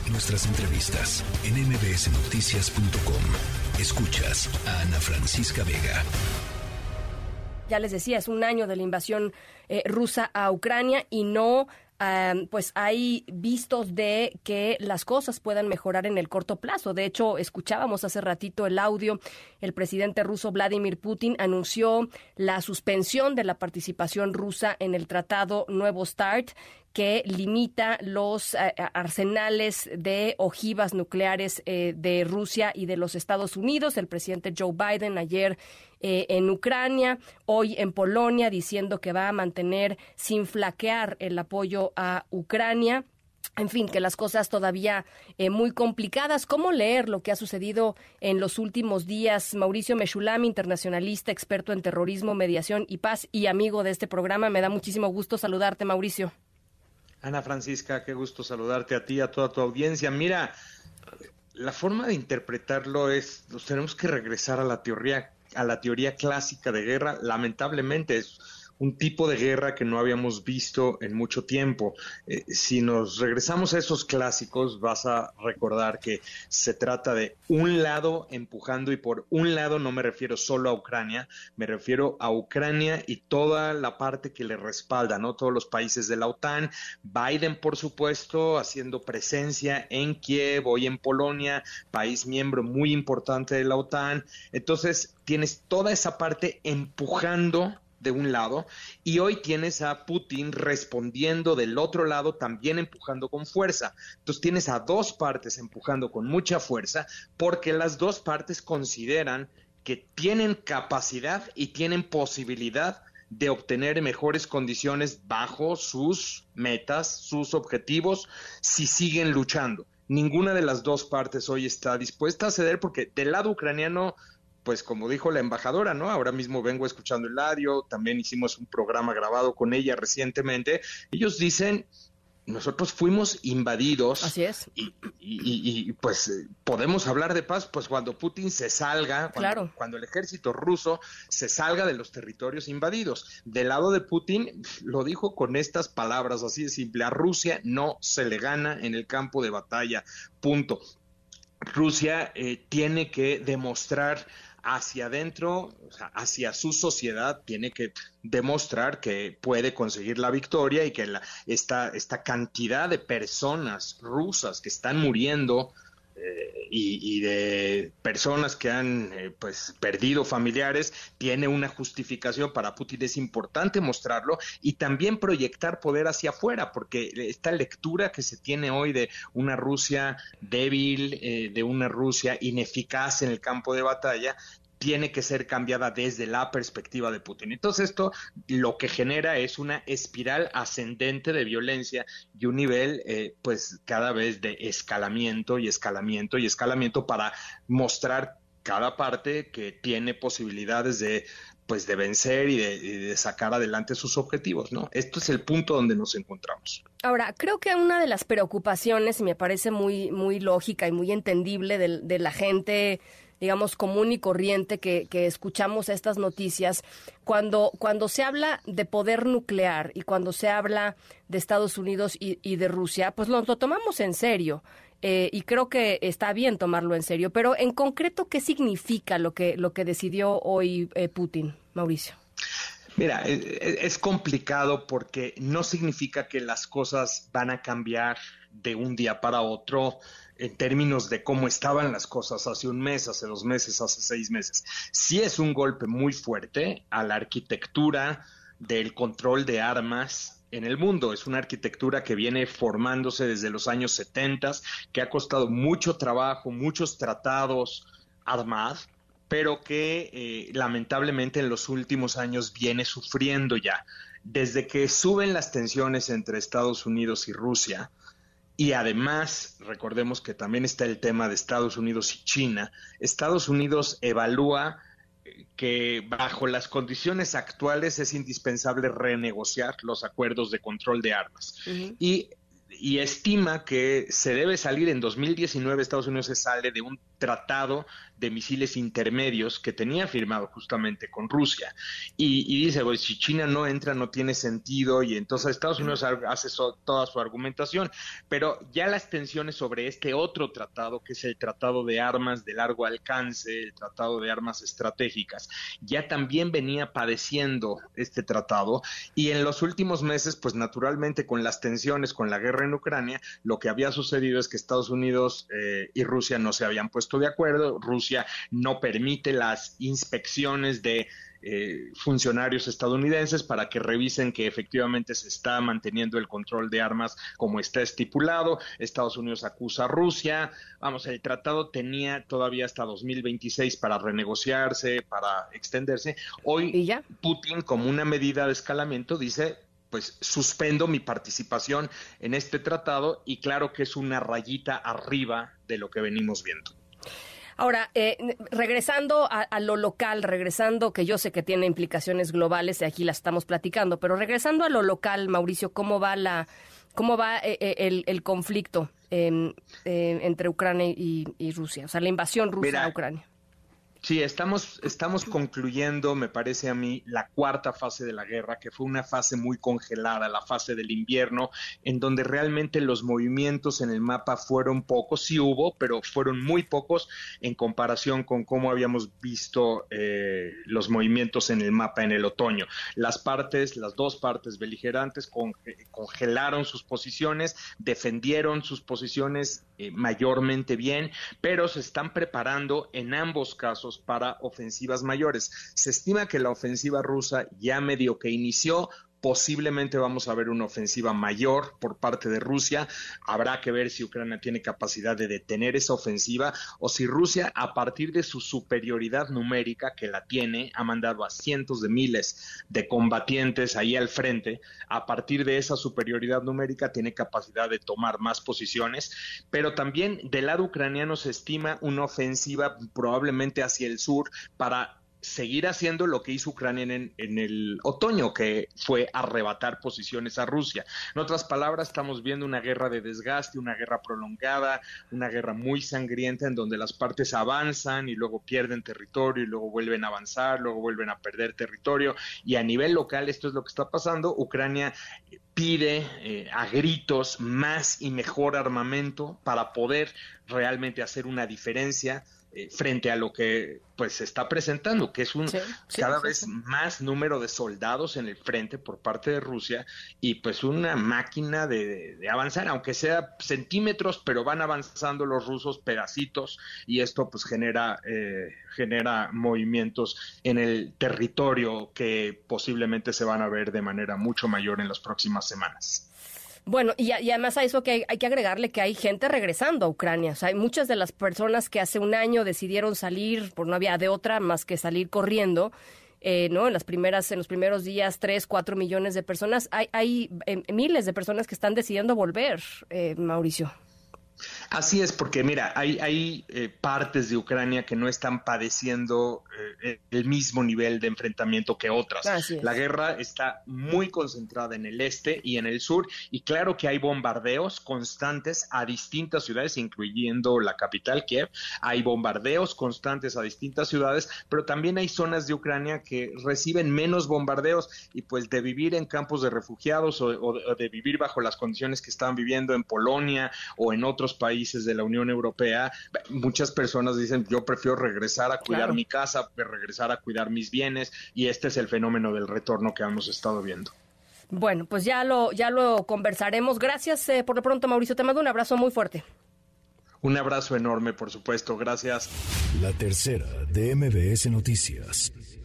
Nuestras entrevistas en mbsnoticias.com. Escuchas a Ana Francisca Vega. Ya les decía, es un año de la invasión rusa a Ucrania y no... pues hay vistos de que las cosas puedan mejorar en el corto plazo. De hecho, escuchábamos hace ratito el audio. El presidente ruso Vladimir Putin anunció la suspensión de la participación rusa en el tratado Nuevo START, que limita los arsenales de ojivas nucleares de Rusia y de los Estados Unidos. El presidente Joe Biden ayer en Ucrania, hoy en Polonia, diciendo que va a mantener sin flaquear el apoyo a Ucrania. En fin, que las cosas todavía muy complicadas. ¿Cómo leer lo que ha sucedido en los últimos días? Mauricio Meshulami, internacionalista, experto en terrorismo, mediación y paz y amigo de este programa. Me da muchísimo gusto saludarte, Mauricio. Ana Francisca, qué gusto saludarte a ti y a toda tu audiencia. Mira, la forma de interpretarlo es, nos tenemos que regresar a la teoría clásica de guerra. Lamentablemente es un tipo de guerra que no habíamos visto en mucho tiempo. Si nos regresamos a esos clásicos, vas a recordar que se trata de un lado empujando, y por un lado no me refiero solo a Ucrania, me refiero a Ucrania y toda la parte que le respalda, ¿no? Todos los países de la OTAN, Biden, por supuesto, haciendo presencia en Kiev, hoy en Polonia, país miembro muy importante de la OTAN. Entonces, tienes toda esa parte empujando de un lado, y hoy tienes a Putin respondiendo del otro lado, también empujando con fuerza. Entonces tienes a dos partes empujando con mucha fuerza, porque las dos partes consideran que tienen capacidad y tienen posibilidad de obtener mejores condiciones bajo sus metas, sus objetivos, si siguen luchando. Ninguna de las dos partes hoy está dispuesta a ceder, porque del lado ucraniano, pues como dijo la embajadora, ¿no? Ahora mismo vengo escuchando el audio, también hicimos un programa grabado con ella recientemente. Ellos dicen, nosotros fuimos invadidos. Así es. Y pues podemos hablar de paz pues cuando Putin se salga, claro, cuando el ejército ruso se salga de los territorios invadidos. Del lado de Putin, lo dijo con estas palabras, así de simple: a Rusia no se le gana en el campo de batalla, punto. Rusia tiene que demostrar hacia adentro, o sea, hacia su sociedad, tiene que demostrar que puede conseguir la victoria, y que esta cantidad de personas rusas que están muriendo y de personas que han pues perdido familiares, tiene una justificación. Para Putin es importante mostrarlo y también proyectar poder hacia afuera, porque esta lectura que se tiene hoy de una Rusia débil, de una Rusia ineficaz en el campo de batalla, tiene que ser cambiada desde la perspectiva de Putin. Entonces esto lo que genera es una espiral ascendente de violencia y un nivel pues cada vez de escalamiento y escalamiento y escalamiento, para mostrar cada parte que tiene posibilidades de vencer y de sacar adelante sus objetivos, ¿no? Esto es el punto donde nos encontramos. Ahora, creo que una de las preocupaciones, y me parece muy, muy lógica y muy entendible de la gente, digamos, común y corriente que escuchamos estas noticias, cuando se habla de poder nuclear y cuando se habla de Estados Unidos y de Rusia, pues lo tomamos en serio. Y creo que está bien tomarlo en serio. Pero en concreto, ¿qué significa lo que decidió hoy Putin, Mauricio? Mira, es complicado, porque no significa que las cosas van a cambiar de un día para otro en términos de cómo estaban las cosas hace un mes, hace 2 meses, hace 6 meses. Sí es un golpe muy fuerte a la arquitectura del control de armas en el mundo. Es una arquitectura que viene formándose desde los años 70, que ha costado mucho trabajo, muchos tratados armar, pero que lamentablemente en los últimos años viene sufriendo ya. Desde que suben las tensiones entre Estados Unidos y Rusia, y además recordemos que también está el tema de Estados Unidos y China. Estados Unidos evalúa que bajo las condiciones actuales es indispensable renegociar los acuerdos de control de armas. Uh-huh. Y y estima que se debe salir en 2019. Estados Unidos se sale de un tratado de misiles intermedios que tenía firmado justamente con Rusia, y dice, pues si China no entra no tiene sentido, y entonces Estados Unidos hace toda su argumentación, pero ya las tensiones sobre este otro tratado, que es el tratado de armas de largo alcance, el tratado de armas estratégicas, ya también venía padeciendo este tratado, y en los últimos meses, pues naturalmente con las tensiones, con la guerra en Ucrania, lo que había sucedido es que Estados Unidos y Rusia no se habían puesto de acuerdo. Rusia no permite las inspecciones de funcionarios estadounidenses para que revisen que efectivamente se está manteniendo el control de armas como está estipulado. Estados Unidos acusa a Rusia. Vamos, el tratado tenía todavía hasta 2026 para renegociarse, para extenderse. Hoy Putin, como una medida de escalamiento, dice, pues suspendo mi participación en este tratado, y claro que es una rayita arriba de lo que venimos viendo. Ahora, regresando a lo local, que yo sé que tiene implicaciones globales y aquí las estamos platicando, pero regresando a lo local, Mauricio, ¿cómo va el conflicto entre Ucrania y Rusia? O sea, la invasión rusa a Ucrania. Sí, estamos concluyendo, me parece a mí, la cuarta fase de la guerra, que fue una fase muy congelada, la fase del invierno, en donde realmente los movimientos en el mapa fueron pocos. Sí hubo, pero fueron muy pocos en comparación con cómo habíamos visto los movimientos en el mapa en el otoño. Las dos partes beligerantes congelaron sus posiciones, defendieron sus posiciones mayormente bien, pero se están preparando en ambos casos para ofensivas mayores. Se estima que la ofensiva rusa ya medio que inició. Posiblemente vamos a ver una ofensiva mayor por parte de Rusia. Habrá que ver si Ucrania tiene capacidad de detener esa ofensiva, o si Rusia, a partir de su superioridad numérica, que la tiene, ha mandado a cientos de miles de combatientes ahí al frente. A partir de esa superioridad numérica tiene capacidad de tomar más posiciones, pero también del lado ucraniano se estima una ofensiva probablemente hacia el sur para seguir haciendo lo que hizo Ucrania en el otoño, que fue arrebatar posiciones a Rusia. En otras palabras, estamos viendo una guerra de desgaste, una guerra prolongada, una guerra muy sangrienta, en donde las partes avanzan y luego pierden territorio y luego vuelven a avanzar, luego vuelven a perder territorio, y a nivel local esto es lo que está pasando. Ucrania pide a gritos más y mejor armamento para poder realmente hacer una diferencia frente a lo que pues se está presentando, que es cada vez más número de soldados en el frente por parte de Rusia, y pues una máquina de avanzar, aunque sea centímetros, pero van avanzando los rusos pedacitos, y esto pues genera movimientos en el territorio que posiblemente se van a ver de manera mucho mayor en las próximas semanas. Bueno, y además a eso que hay que agregarle que hay gente regresando a Ucrania. O sea, hay muchas de las personas que hace un año decidieron salir, no había de otra más que salir corriendo, ¿no? En los primeros días, 3-4 millones de personas. Hay miles de personas que están decidiendo volver, Mauricio. Así es, porque mira, hay partes de Ucrania que no están padeciendo el mismo nivel de enfrentamiento que otras. La guerra está muy concentrada en el este y en el sur, y claro que hay bombardeos constantes a distintas ciudades, incluyendo la capital, Kiev. Hay bombardeos constantes a distintas ciudades, pero también hay zonas de Ucrania que reciben menos bombardeos, y pues de vivir en campos de refugiados o de vivir bajo las condiciones que estaban viviendo en Polonia o en otros países de la Unión Europea, muchas personas dicen, yo prefiero regresar a cuidar mi casa, regresar a cuidar mis bienes, y este es el fenómeno del retorno que hemos estado viendo. Bueno, pues ya lo conversaremos. Gracias por lo pronto, Mauricio. Te mando un abrazo muy fuerte. Un abrazo enorme, por supuesto. Gracias. La tercera de MBS Noticias.